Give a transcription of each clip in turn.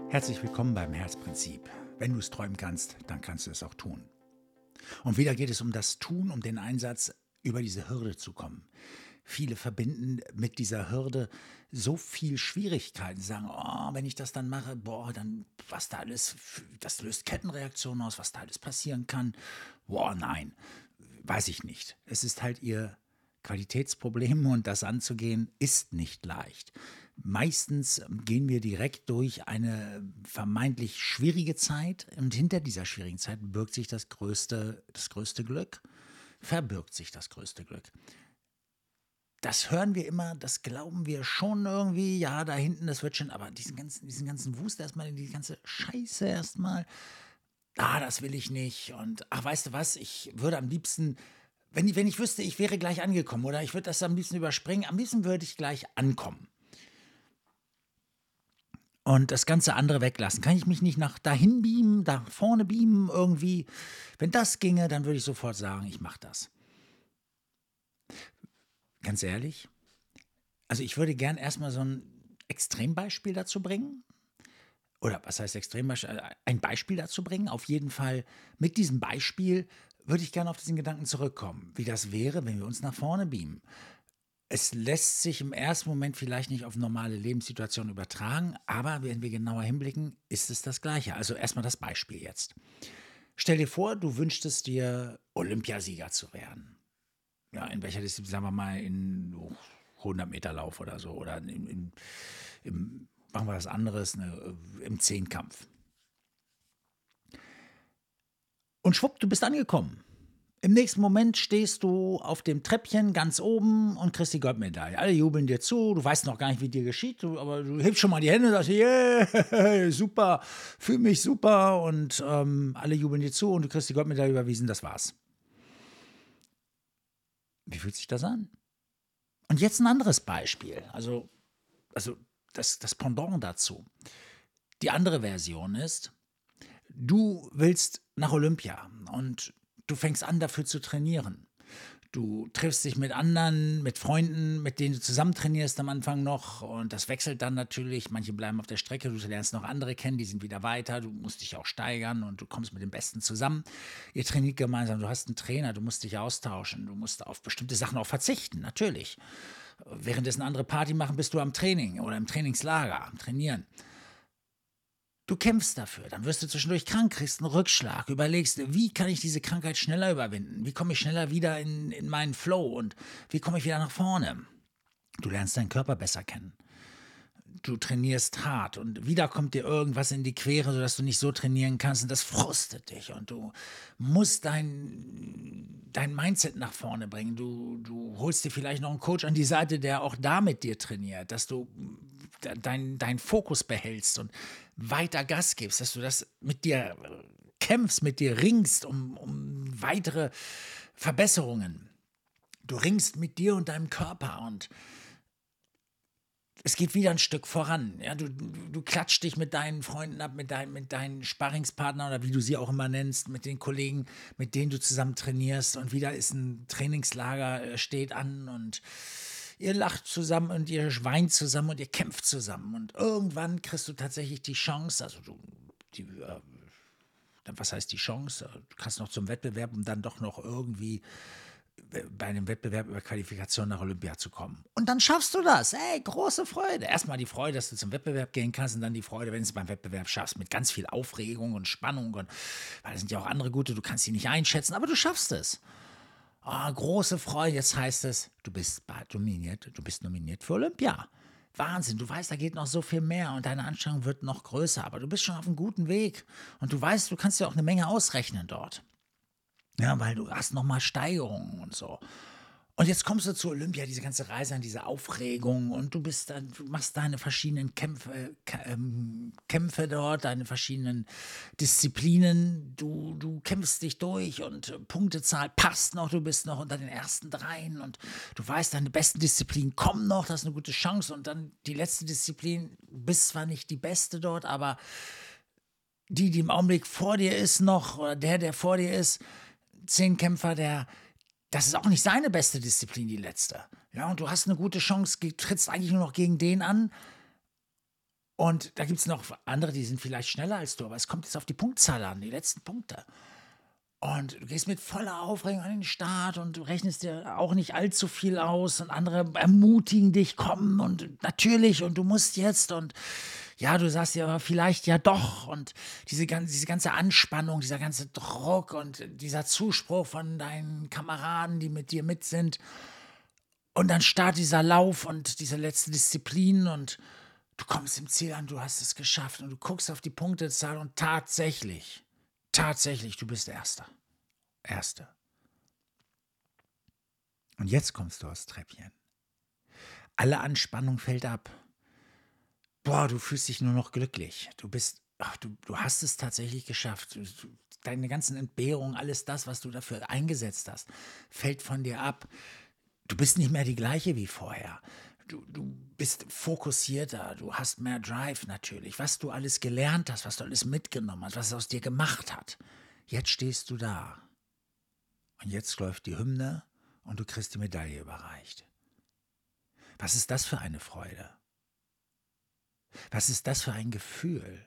Herzlich willkommen beim Herzprinzip. Wenn du es träumen kannst, dann kannst du es auch tun. Und wieder geht es um das Tun, um den Einsatz, über diese Hürde zu kommen. Viele verbinden mit dieser Hürde so viel Schwierigkeiten. Sie sagen, oh, wenn ich das dann mache, boah, dann was da alles, das löst Kettenreaktionen aus, was da alles passieren kann. Boah, nein, weiß ich nicht. Es ist halt ihr Qualitätsproblem und das anzugehen ist nicht leicht. Meistens gehen wir direkt durch eine vermeintlich schwierige Zeit und hinter dieser schwierigen Zeit birgt sich das größte Glück, verbirgt sich das größte Glück. Das hören wir immer, das glauben wir schon irgendwie, ja, da hinten, das wird schon, aber diesen ganzen Wust erstmal, die ganze Scheiße erstmal, das will ich nicht. Und ach, weißt du was, ich würde am liebsten, wenn ich wüsste, ich wäre gleich angekommen oder ich würde das am liebsten überspringen, am liebsten würde ich gleich ankommen und das ganze andere weglassen. Kann ich mich nicht nach dahin beamen, da vorne beamen irgendwie? Wenn das ginge, dann würde ich sofort sagen, ich mache das. Ganz ehrlich, also ich würde gern erstmal so ein Extrembeispiel dazu bringen. Oder was heißt Extrembeispiel? Ein Beispiel dazu bringen. Auf jeden Fall mit diesem Beispiel würde ich gerne auf diesen Gedanken zurückkommen, wie das wäre, wenn wir uns nach vorne beamen. Es lässt sich im ersten Moment vielleicht nicht auf normale Lebenssituationen übertragen, aber wenn wir genauer hinblicken, ist es das Gleiche. Also erstmal das Beispiel jetzt. Stell dir vor, du wünschtest dir, Olympiasieger zu werden. Ja, in welcher Disziplin, sagen wir mal, in 100-Meter-Lauf oder so. Oder machen wir was anderes, ne, im Zehnkampf. Und schwupp, du bist angekommen. Im nächsten Moment stehst du auf dem Treppchen ganz oben und kriegst die Goldmedaille. Alle jubeln dir zu, du weißt noch gar nicht, wie dir geschieht, aber du hebst schon mal die Hände und sagst, yeah, super, fühl mich super und alle jubeln dir zu und du kriegst die Goldmedaille überwiesen, das war's. Wie fühlt sich das an? Und jetzt ein anderes Beispiel, also das Pendant dazu. Die andere Version ist, du willst nach Olympia und du fängst an, dafür zu trainieren. Du triffst dich mit anderen, mit Freunden, mit denen du zusammen trainierst am Anfang noch und das wechselt dann natürlich. Manche bleiben auf der Strecke, du lernst noch andere kennen, die sind wieder weiter, du musst dich auch steigern und du kommst mit den Besten zusammen. Ihr trainiert gemeinsam, du hast einen Trainer, du musst dich austauschen, du musst auf bestimmte Sachen auch verzichten, natürlich. Währenddessen andere Party machen, bist du am Training oder im Trainingslager, am Trainieren. Du kämpfst dafür, dann wirst du zwischendurch krank, kriegst einen Rückschlag, überlegst, wie kann ich diese Krankheit schneller überwinden? Wie komme ich schneller wieder in meinen Flow und wie komme ich wieder nach vorne? Du lernst deinen Körper besser kennen. Du trainierst hart und wieder kommt dir irgendwas in die Quere, sodass du nicht so trainieren kannst und das frustet dich und du musst dein Mindset nach vorne bringen. Du holst dir vielleicht noch einen Coach an die Seite, der auch da mit dir trainiert, dass du deinen Fokus behältst und weiter Gas gibst, dass du das mit dir kämpfst, mit dir ringst um weitere Verbesserungen. Du ringst mit dir und deinem Körper und es geht wieder ein Stück voran. Ja, du klatscht dich mit deinen Freunden ab, mit deinen Sparringspartnern oder wie du sie auch immer nennst, mit den Kollegen, mit denen du zusammen trainierst und wieder ist ein Trainingslager, steht an und ihr lacht zusammen und ihr weint zusammen und ihr kämpft zusammen und irgendwann kriegst du tatsächlich die Chance, was heißt die Chance? Du kannst noch zum Wettbewerb, um dann doch noch irgendwie bei einem Wettbewerb über Qualifikation nach Olympia zu kommen. Und dann schaffst du das. Ey, große Freude. Erstmal die Freude, dass du zum Wettbewerb gehen kannst und dann die Freude, wenn du es beim Wettbewerb schaffst, mit ganz viel Aufregung und Spannung. Und, weil es sind ja auch andere gute, du kannst sie nicht einschätzen, aber du schaffst es. Große Freude, jetzt heißt es, du bist nominiert für Olympia. Wahnsinn, du weißt, da geht noch so viel mehr und deine Anstrengung wird noch größer, aber du bist schon auf einem guten Weg und du weißt, du kannst dir auch eine Menge ausrechnen dort. Ja, weil du hast nochmal Steigerungen und so. Und jetzt kommst du zu Olympia, diese ganze Reise an diese Aufregung und du machst deine verschiedenen Kämpfe dort, deine verschiedenen Disziplinen, du kämpfst dich durch und Punktezahl passt noch, du bist noch unter den ersten dreien und du weißt, deine besten Disziplinen kommen noch, das ist eine gute Chance und dann die letzte Disziplin, du bist zwar nicht die beste dort, aber die im Augenblick vor dir ist noch, oder der vor dir ist, Zehnkämpfer, das ist auch nicht seine beste Disziplin, die letzte. Ja, und du hast eine gute Chance, trittst eigentlich nur noch gegen den an Und da gibt es noch andere, die sind vielleicht schneller als du, aber es kommt jetzt auf die Punktzahl an, die letzten Punkte. Und du gehst mit voller Aufregung an den Start und du rechnest dir auch nicht allzu viel aus und andere ermutigen dich, komm und natürlich und du musst jetzt und ja, du sagst dir aber vielleicht ja doch und diese ganze Anspannung, dieser ganze Druck und dieser Zuspruch von deinen Kameraden, die mit dir mit sind und dann startet dieser Lauf und diese letzte Disziplin und du kommst im Ziel an, du hast es geschafft und du guckst auf die Punktezahl und tatsächlich, du bist Erster. Erste. Und jetzt kommst du aufs Treppchen. Alle Anspannung fällt ab. Boah, du fühlst dich nur noch glücklich. Du hast es tatsächlich geschafft. Deine ganzen Entbehrungen, alles das, was du dafür eingesetzt hast, fällt von dir ab. Du bist nicht mehr die gleiche wie vorher. Du bist fokussierter, du hast mehr Drive natürlich. Was du alles gelernt hast, was du alles mitgenommen hast, was es aus dir gemacht hat. Jetzt stehst du da. Und jetzt läuft die Hymne und du kriegst die Medaille überreicht. Was ist das für eine Freude? Was ist das für ein Gefühl?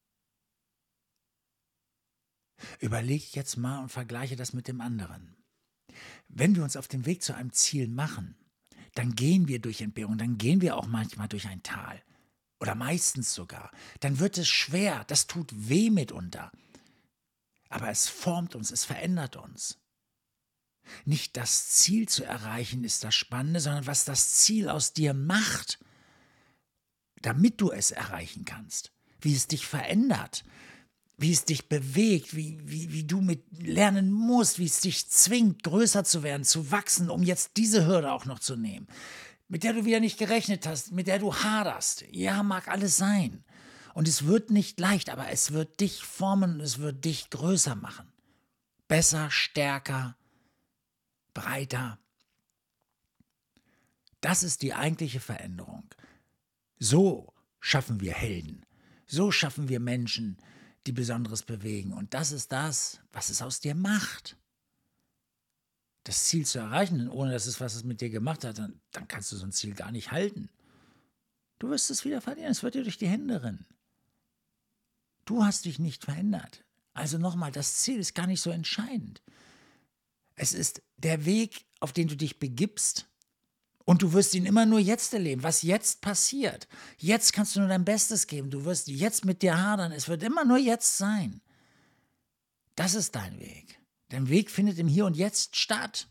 Überleg jetzt mal und vergleiche das mit dem anderen. Wenn wir uns auf den Weg zu einem Ziel machen, dann gehen wir durch Entbehrung, dann gehen wir auch manchmal durch ein Tal. Oder meistens sogar. Dann wird es schwer, das tut weh mitunter. Aber es formt uns, es verändert uns. Nicht das Ziel zu erreichen ist das Spannende, sondern was das Ziel aus dir macht, damit du es erreichen kannst. Wie es dich verändert, wie es dich bewegt, wie du mit lernen musst, wie es dich zwingt, größer zu werden, zu wachsen, um jetzt diese Hürde auch noch zu nehmen, mit der du wieder nicht gerechnet hast, mit der du haderst. Ja, mag alles sein. Und es wird nicht leicht, aber es wird dich formen und es wird dich größer machen. Besser, stärker, breiter. Das ist die eigentliche Veränderung. So schaffen wir Helden. So schaffen wir Menschen, die Besonderes bewegen. Und das ist das, was es aus dir macht. Das Ziel zu erreichen, denn ohne dass es was es mit dir gemacht hat, dann kannst du so ein Ziel gar nicht halten. Du wirst es wieder verlieren, es wird dir durch die Hände rinnen. Du hast dich nicht verändert. Also nochmal, das Ziel ist gar nicht so entscheidend. Es ist der Weg, auf den du dich begibst, und du wirst ihn immer nur jetzt erleben, was jetzt passiert. Jetzt kannst du nur dein Bestes geben. Du wirst jetzt mit dir hadern. Es wird immer nur jetzt sein. Das ist dein Weg. Dein Weg findet im Hier und Jetzt statt.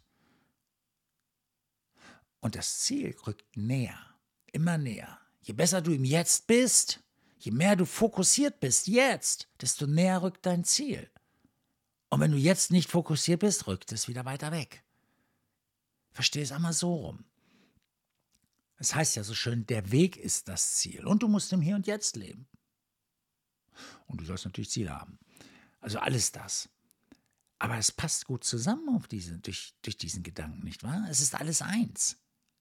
Und das Ziel rückt näher, immer näher. Je besser du im Jetzt bist, je mehr du fokussiert bist jetzt, desto näher rückt dein Ziel. Und wenn du jetzt nicht fokussiert bist, rückt es wieder weiter weg. Versteh es einmal so rum. Es heißt ja so schön, der Weg ist das Ziel. Und du musst im Hier und Jetzt leben. Und du sollst natürlich Ziele haben. Also alles das. Aber es passt gut zusammen durch diesen Gedanken, nicht wahr? Es ist alles eins.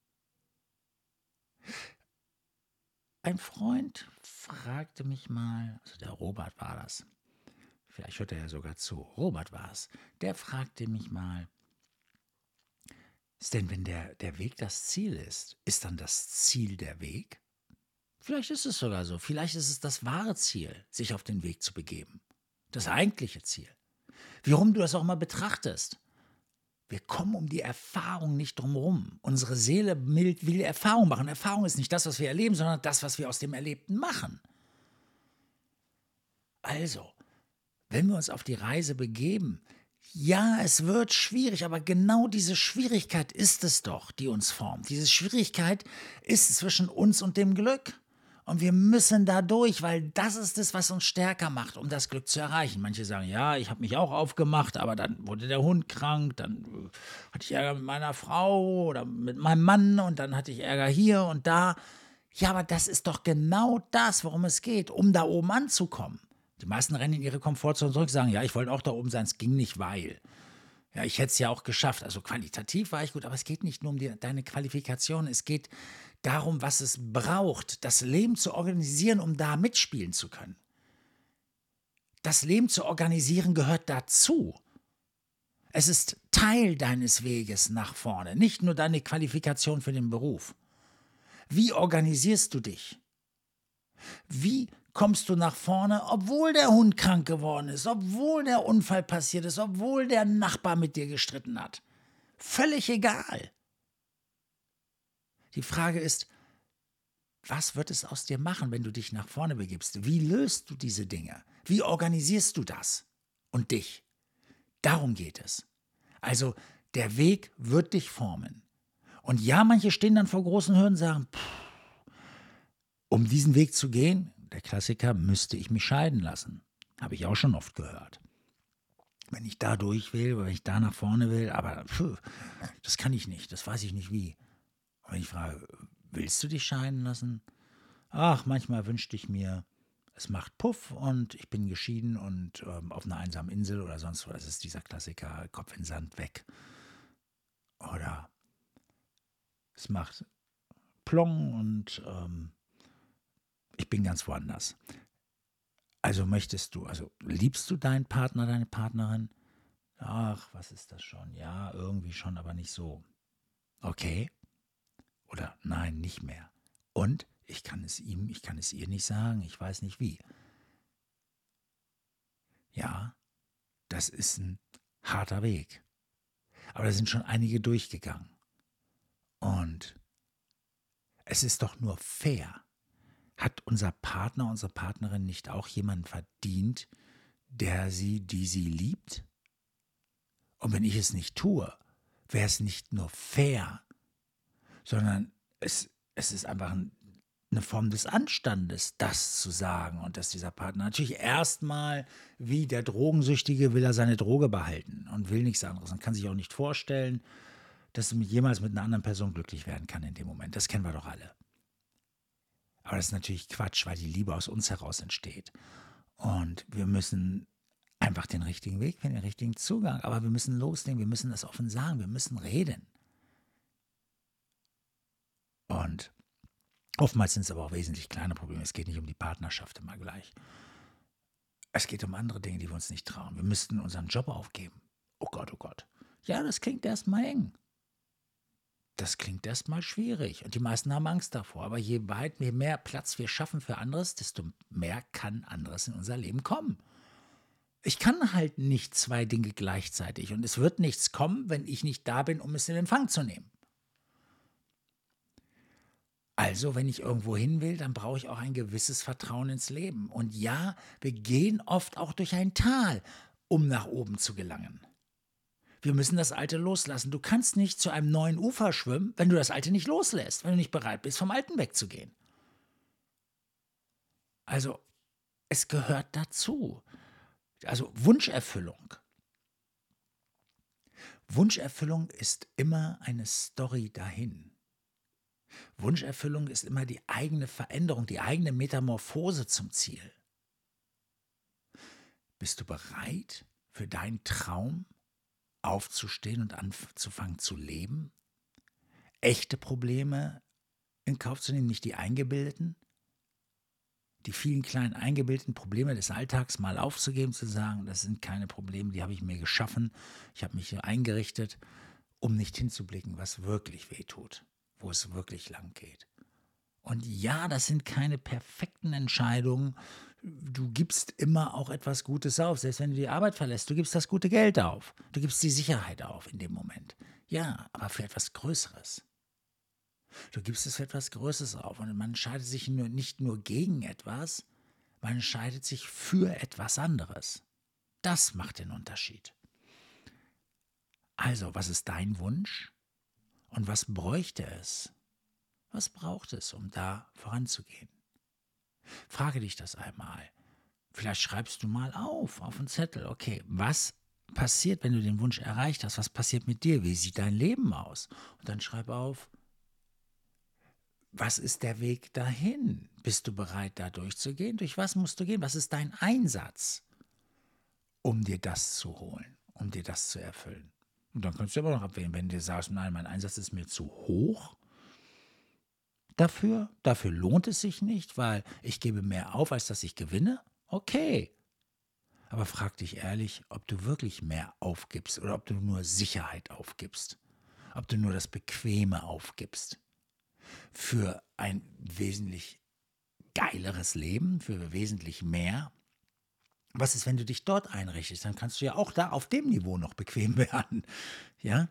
Ein Freund fragte mich mal, also der Robert war das, vielleicht hört er ja sogar zu, Robert war es, der fragte mich mal, ist denn, wenn der Weg das Ziel ist dann das Ziel der Weg? Vielleicht ist es sogar so. Vielleicht ist es das wahre Ziel, sich auf den Weg zu begeben. Das eigentliche Ziel. Wie rum du das auch mal betrachtest. Wir kommen um die Erfahrung nicht drum herum. Unsere Seele will Erfahrung machen. Erfahrung ist nicht das, was wir erleben, sondern das, was wir aus dem Erlebten machen. Also, wenn wir uns auf die Reise begeben, ja, es wird schwierig, aber genau diese Schwierigkeit ist es doch, die uns formt. Diese Schwierigkeit ist zwischen uns und dem Glück. Und wir müssen da durch, weil das ist es, was uns stärker macht, um das Glück zu erreichen. Manche sagen, ja, ich habe mich auch aufgemacht, aber dann wurde der Hund krank, dann hatte ich Ärger mit meiner Frau oder mit meinem Mann und dann hatte ich Ärger hier und da. Ja, aber das ist doch genau das, worum es geht, um da oben anzukommen. Die meisten rennen in ihre Komfortzone zurück, sagen, ja, ich wollte auch da oben sein, es ging nicht, weil. Ja, ich hätte es ja auch geschafft. Also qualitativ war ich gut, aber es geht nicht nur um deine Qualifikation, es geht darum, was es braucht, das Leben zu organisieren, um da mitspielen zu können. Das Leben zu organisieren gehört dazu. Es ist Teil deines Weges nach vorne, nicht nur deine Qualifikation für den Beruf. Wie organisierst du dich? Wie kommst du nach vorne, obwohl der Hund krank geworden ist, obwohl der Unfall passiert ist, obwohl der Nachbar mit dir gestritten hat? Völlig egal. Die Frage ist, was wird es aus dir machen, wenn du dich nach vorne begibst? Wie löst du diese Dinge? Wie organisierst du das und dich? Darum geht es. Also der Weg wird dich formen. Und ja, manche stehen dann vor großen Hürden und sagen, um diesen Weg zu gehen, der Klassiker, müsste ich mich scheiden lassen. Habe ich auch schon oft gehört. Wenn ich da durch will, wenn ich da nach vorne will, aber das kann ich nicht, das weiß ich nicht wie. Und wenn ich frage, willst du dich scheiden lassen? Ach, manchmal wünschte ich mir, es macht Puff und ich bin geschieden und auf einer einsamen Insel oder sonst wo. Das ist dieser Klassiker, Kopf in den Sand weg. Oder es macht Plong und ich bin ganz woanders. Also liebst du deinen Partner, deine Partnerin? Ach, was ist das schon? Ja, irgendwie schon, aber nicht so. Okay. Oder nein, nicht mehr. Und ich kann es ihr nicht sagen, ich weiß nicht wie. Ja, das ist ein harter Weg. Aber da sind schon einige durchgegangen. Und es ist doch nur fair. Hat unser Partner, unsere Partnerin nicht auch jemanden verdient, die sie liebt? Und wenn ich es nicht tue, wäre es nicht nur fair, sondern es ist einfach eine Form des Anstandes, das zu sagen und dass dieser Partner natürlich erstmal wie der Drogensüchtige will er seine Droge behalten und will nichts anderes und kann sich auch nicht vorstellen, dass er jemals mit einer anderen Person glücklich werden kann in dem Moment. Das kennen wir doch alle. Aber das ist natürlich Quatsch, weil die Liebe aus uns heraus entsteht. Und wir müssen einfach den richtigen Weg finden, den richtigen Zugang. Aber wir müssen loslegen, wir müssen das offen sagen, wir müssen reden. Und oftmals sind es aber auch wesentlich kleine Probleme. Es geht nicht um die Partnerschaft immer gleich. Es geht um andere Dinge, die wir uns nicht trauen. Wir müssten unseren Job aufgeben. Oh Gott, oh Gott. Ja, das klingt erstmal eng. Das klingt erstmal schwierig und die meisten haben Angst davor. Aber je mehr Platz wir schaffen für anderes, desto mehr kann anderes in unser Leben kommen. Ich kann halt nicht zwei Dinge gleichzeitig und es wird nichts kommen, wenn ich nicht da bin, um es in Empfang zu nehmen. Also, wenn ich irgendwo hin will, dann brauche ich auch ein gewisses Vertrauen ins Leben. Und ja, wir gehen oft auch durch ein Tal, um nach oben zu gelangen. Wir müssen das Alte loslassen. Du kannst nicht zu einem neuen Ufer schwimmen, wenn du das Alte nicht loslässt, wenn du nicht bereit bist, vom Alten wegzugehen. Also, es gehört dazu. Also Wunscherfüllung. Wunscherfüllung ist immer eine Story dahin. Wunscherfüllung ist immer die eigene Veränderung, die eigene Metamorphose zum Ziel. Bist du bereit für deinen Traum aufzustehen und anzufangen zu leben? Echte Probleme in Kauf zu nehmen, nicht die eingebildeten? Die vielen kleinen eingebildeten Probleme des Alltags mal aufzugeben, zu sagen, das sind keine Probleme, die habe ich mir geschaffen, ich habe mich hier eingerichtet, um nicht hinzublicken, was wirklich wehtut, wo es wirklich lang geht. Und ja, das sind keine perfekten Entscheidungen. Du gibst immer auch etwas Gutes auf, selbst wenn du die Arbeit verlässt. Du gibst das gute Geld auf. Du gibst die Sicherheit auf in dem Moment. Ja, aber für etwas Größeres. Du gibst es für etwas Größeres auf und man entscheidet sich nicht nur gegen etwas, man entscheidet sich für etwas anderes. Das macht den Unterschied. Also, was ist dein Wunsch und was bräuchte es? Was braucht es, um da voranzugehen? Frage dich das einmal. Vielleicht schreibst du mal auf einen Zettel. Okay, was passiert, wenn du den Wunsch erreicht hast? Was passiert mit dir? Wie sieht dein Leben aus? Und dann schreib auf, was ist der Weg dahin? Bist du bereit, da durchzugehen? Durch was musst du gehen? Was ist dein Einsatz, um dir das zu holen, um dir das zu erfüllen? Und dann kannst du aber noch abwählen, wenn du sagst, nein, mein Einsatz ist mir zu hoch. Dafür lohnt es sich nicht, weil ich gebe mehr auf, als dass ich gewinne. Okay. Aber frag dich ehrlich, ob du wirklich mehr aufgibst oder ob du nur Sicherheit aufgibst. Ob du nur das Bequeme aufgibst. Für ein wesentlich geileres Leben, für wesentlich mehr. Was ist, wenn du dich dort einrichtest? Dann kannst du ja auch da auf dem Niveau noch bequem werden. Ja?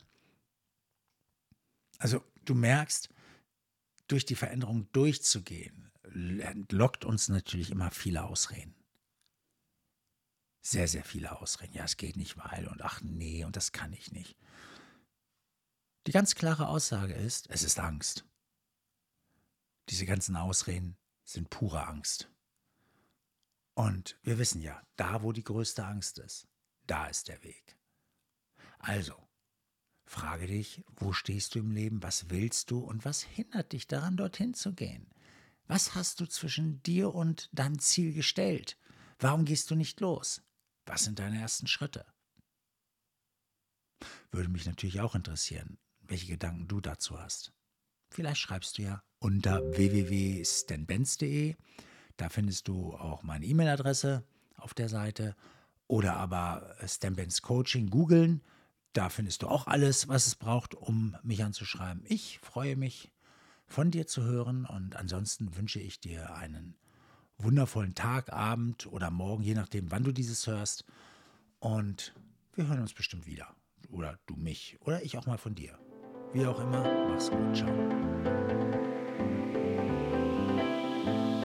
Also du merkst, durch die Veränderung durchzugehen, lockt uns natürlich immer viele Ausreden. Sehr, sehr viele Ausreden. Ja, es geht nicht, weil und ach nee, und das kann ich nicht. Die ganz klare Aussage ist, es ist Angst. Diese ganzen Ausreden sind pure Angst. Und wir wissen ja, da wo die größte Angst ist, da ist der Weg. Also, frage dich, wo stehst du im Leben, was willst du und was hindert dich daran, dorthin zu gehen? Was hast du zwischen dir und deinem Ziel gestellt? Warum gehst du nicht los? Was sind deine ersten Schritte? Würde mich natürlich auch interessieren, welche Gedanken du dazu hast. Vielleicht schreibst du ja unter www.stanbenz.de. Da findest du auch meine E-Mail-Adresse auf der Seite. Oder aber Stan Benz Coaching googeln. Da findest du auch alles, was es braucht, um mich anzuschreiben. Ich freue mich, von dir zu hören. Und ansonsten wünsche ich dir einen wundervollen Tag, Abend oder Morgen, je nachdem, wann du dieses hörst. Und wir hören uns bestimmt wieder. Oder du mich. Oder ich auch mal von dir. Wie auch immer, mach's gut. Ciao.